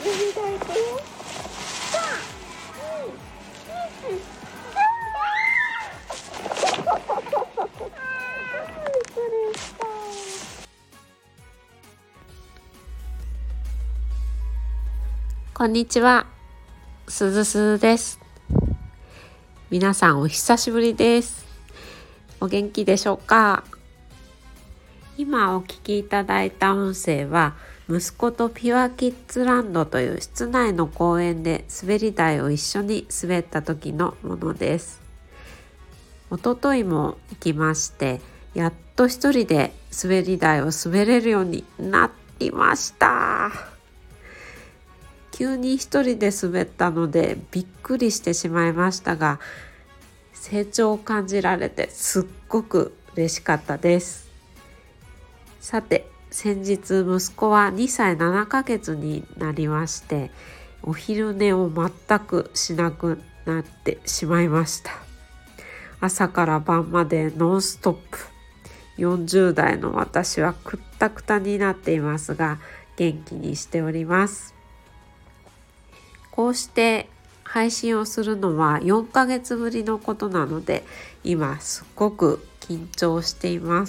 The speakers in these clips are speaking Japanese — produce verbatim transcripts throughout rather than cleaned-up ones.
り台行くよ。こんにちは、すずすずです。皆さんお久しぶりです。お元気でしょうか？今お聞きいただいた音声は、息子とピュアキッズランドという室内の公園で滑り台を一緒に滑った時のものです。おとといも行きまして、やっと一人で滑り台を滑れるようになりました。急に一人で滑ったのでびっくりしてしまいましたが、成長を感じられてすっごく嬉しかったです。さて、先日息子はにさいななかげつになりまして、お昼寝を全くしなくなってしまいました。朝から晩までノンストップ。よんじゅう代の私はくったくたになっていますが、元気にしております。こうして配信をするのはよんかげつぶりのことなので、今すっごく緊張しています。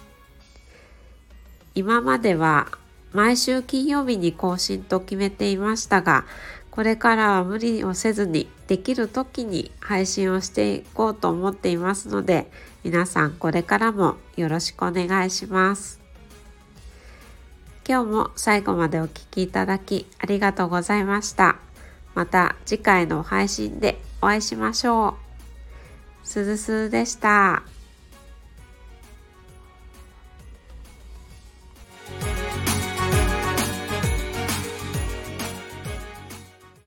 今までは毎週金曜日に更新と決めていましたが、これからは無理をせずにできる時に配信をしていこうと思っていますので、皆さんこれからもよろしくお願いします。今日も最後までお聞きいただきありがとうございました。また次回の配信でお会いしましょう。すずすずでした。